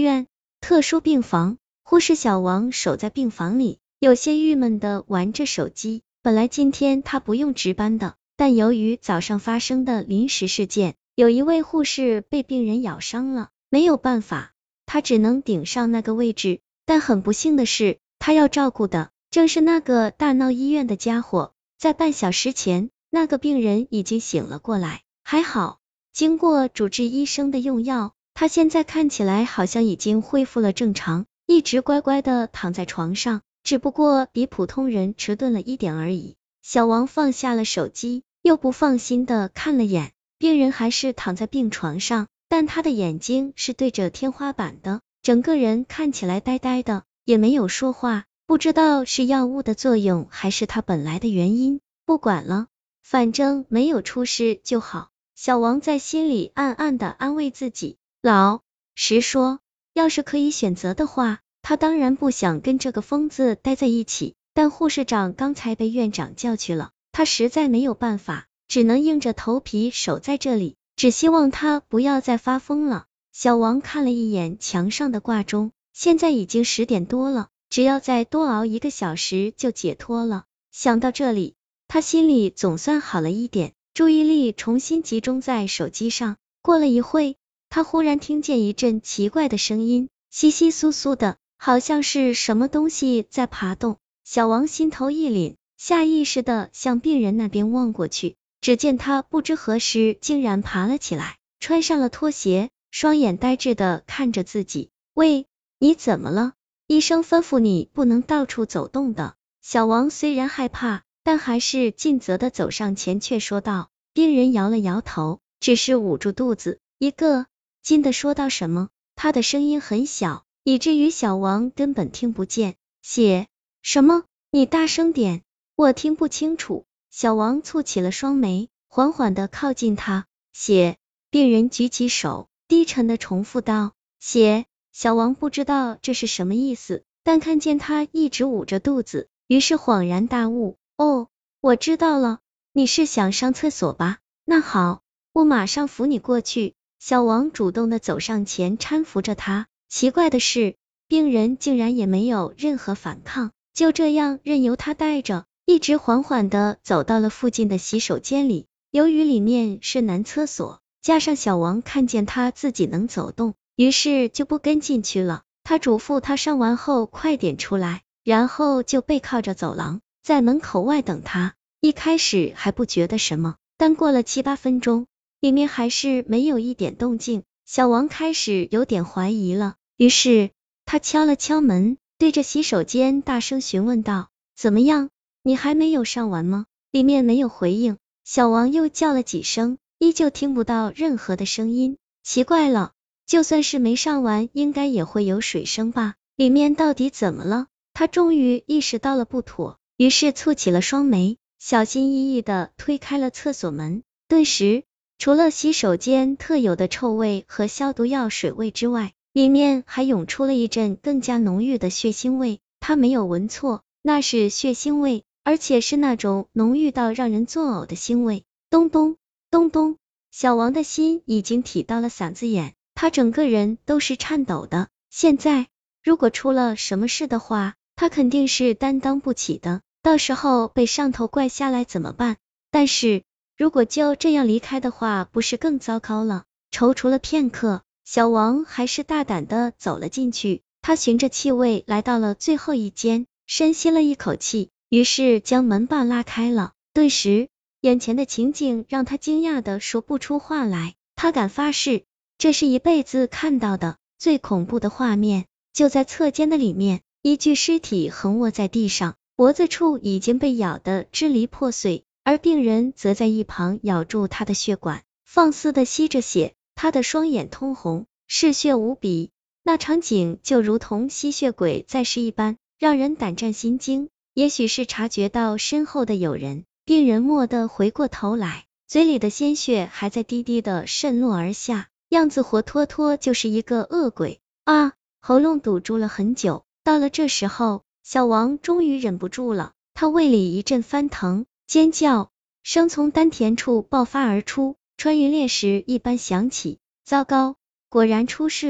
院特殊病房，护士小王守在病房里，有些郁闷的玩着手机。本来今天他不用值班的，但由于早上发生的临时事件，有一位护士被病人咬伤了，没有办法，他只能顶上那个位置。但很不幸的是，他要照顾的正是那个大闹医院的家伙。在半小时前，那个病人已经醒了过来，还好，经过主治医生的用药，他现在看起来好像已经恢复了正常，一直乖乖的躺在床上，只不过比普通人迟钝了一点而已。小王放下了手机，又不放心的看了眼，病人还是躺在病床上，但他的眼睛是对着天花板的，整个人看起来呆呆的，也没有说话，不知道是药物的作用还是他本来的原因。不管了，反正没有出事就好。小王在心里暗暗的安慰自己。老实说，要是可以选择的话，他当然不想跟这个疯子待在一起，但护士长刚才被院长叫去了，他实在没有办法，只能硬着头皮守在这里，只希望他不要再发疯了。小王看了一眼墙上的挂钟，现在已经10点多了，只要再多熬1个小时就解脱了。想到这里，他心里总算好了一点，注意力重新集中在手机上。过了一会，他忽然听见一阵奇怪的声音，窸窸窣窣的，好像是什么东西在爬动。小王心头一凛，下意识的向病人那边望过去，只见他不知何时竟然爬了起来，穿上了拖鞋，双眼呆滞的看着自己。喂，你怎么了？医生吩咐你不能到处走动的。小王虽然害怕，但还是尽责的走上前劝说道。病人摇了摇头，只是捂住肚子，一个劲的说道什么，他的声音很小，以至于小王根本听不见。血什么？你大声点，我听不清楚。小王蹙起了双眉，缓缓的靠近他。血。病人举起手，低沉的重复道。血。小王不知道这是什么意思，但看见他一直捂着肚子，于是恍然大悟。哦，我知道了，你是想上厕所吧？那好，我马上扶你过去。小王主动的走上前搀扶着他，奇怪的是，病人竟然也没有任何反抗，就这样任由他带着，一直缓缓的走到了附近的洗手间里。由于里面是男厕所，加上小王看见他自己能走动，于是就不跟进去了。他嘱咐他上完后快点出来，然后就背靠着走廊，在门口外等他。一开始还不觉得什么，但过了7、8分钟，里面还是没有一点动静，小王开始有点怀疑了。于是他敲了敲门，对着洗手间大声询问道：怎么样，你还没有上完吗？里面没有回应。小王又叫了几声，依旧听不到任何的声音。奇怪了，就算是没上完，应该也会有水声吧？里面到底怎么了？他终于意识到了不妥，于是蹙起了双眉，小心翼翼的推开了厕所门。顿时，除了洗手间特有的臭味和消毒药水味之外，里面还涌出了一阵更加浓郁的血腥味。他没有闻错，那是血腥味，而且是那种浓郁到让人作呕的腥味。咚咚咚咚，小王的心已经提到了嗓子眼，他整个人都是颤抖的。现在如果出了什么事的话，他肯定是担当不起的，到时候被上头怪下来怎么办？但是如果就这样离开的话，不是更糟糕了？踌躇了片刻，小王还是大胆的走了进去。他循着气味来到了最后一间，深吸了一口气，于是将门把拉开了。顿时，眼前的情景让他惊讶的说不出话来。他敢发誓，这是一辈子看到的最恐怖的画面。就在侧间的里面，一具尸体横卧在地上，脖子处已经被咬得支离破碎，而病人则在一旁咬住他的血管，放肆的吸着血，他的双眼通红，嗜血无比。那场景就如同吸血鬼在世一般，让人胆战心惊。也许是察觉到身后的有人，病人蓦地回过头来，嘴里的鲜血还在滴滴的渗落而下，样子活脱脱就是一个恶鬼啊！喉咙堵住了很久，到了这时候，小王终于忍不住了，他胃里一阵翻腾，尖叫声从丹田处爆发而出，穿云裂石一般响起。糟糕，果然出事了！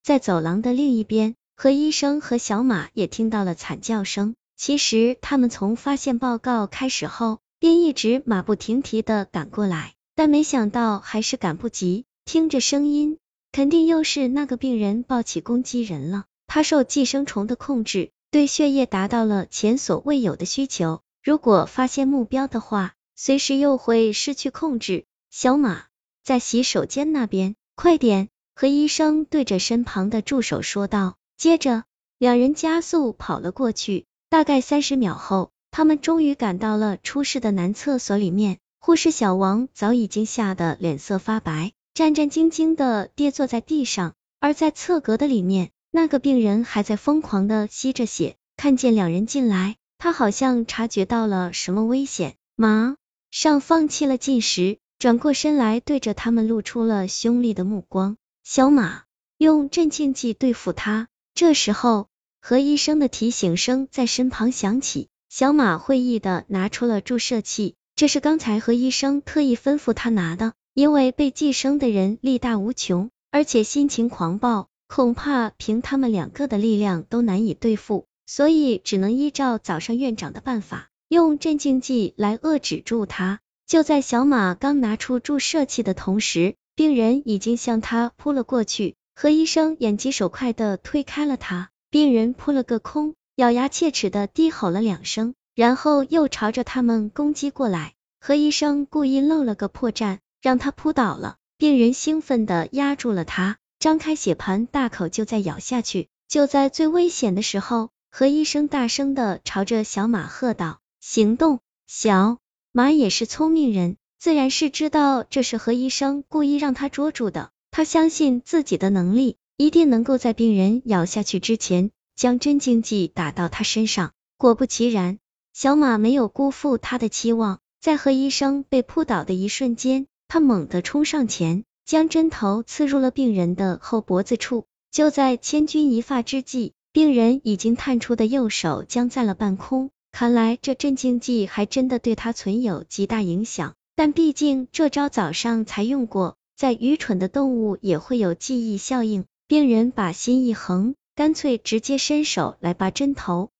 在走廊的另一边，何医生和小马也听到了惨叫声。其实他们从发现报告开始后，便一直马不停蹄的赶过来，但没想到还是赶不及。听着声音，肯定又是那个病人抱起攻击人了。他受寄生虫的控制，对血液达到了前所未有的需求，如果发现目标的话，随时又会失去控制。小马，在洗手间那边，快点！何医生对着身旁的助手说道。接着，两人加速跑了过去。大概30秒后，他们终于赶到了出事的男厕所里面。护士小王早已经吓得脸色发白，战战兢兢的跌坐在地上，而在侧格的里面，那个病人还在疯狂的吸着血。看见两人进来，他好像察觉到了什么危险，马上放弃了进食，转过身来对着他们露出了凶厉的目光。小马，用镇静剂对付他。这时候，何医生的提醒声在身旁响起，小马会意的拿出了注射器，这是刚才何医生特意吩咐他拿的，因为被寄生的人力大无穷，而且心情狂暴，恐怕凭他们2个的力量都难以对付，所以只能依照早上院长的办法，用镇静剂来遏制住他。就在小马刚拿出注射器的同时，病人已经向他扑了过去，何医生眼疾手快的推开了他，病人扑了个空，咬牙切齿的低吼了2声，然后又朝着他们攻击过来。何医生故意漏了个破绽，让他扑倒了，病人兴奋的压住了他，张开血盆大口就在咬下去。就在最危险的时候，何医生大声的朝着小马喝道：行动！小马也是聪明人，自然是知道这是何医生故意让他捉住的，他相信自己的能力，一定能够在病人咬下去之前将镇静剂打到他身上。果不其然，小马没有辜负他的期望，在何医生被扑倒的一瞬间，他猛地冲上前，将针头刺入了病人的后脖子处。就在千钧一发之际，病人已经探出的右手僵在了半空，看来这镇静剂还真的对他存有极大影响，但毕竟这招早上才用过，再愚蠢的动物也会有记忆效应。病人把心一横，干脆直接伸手来拔针头，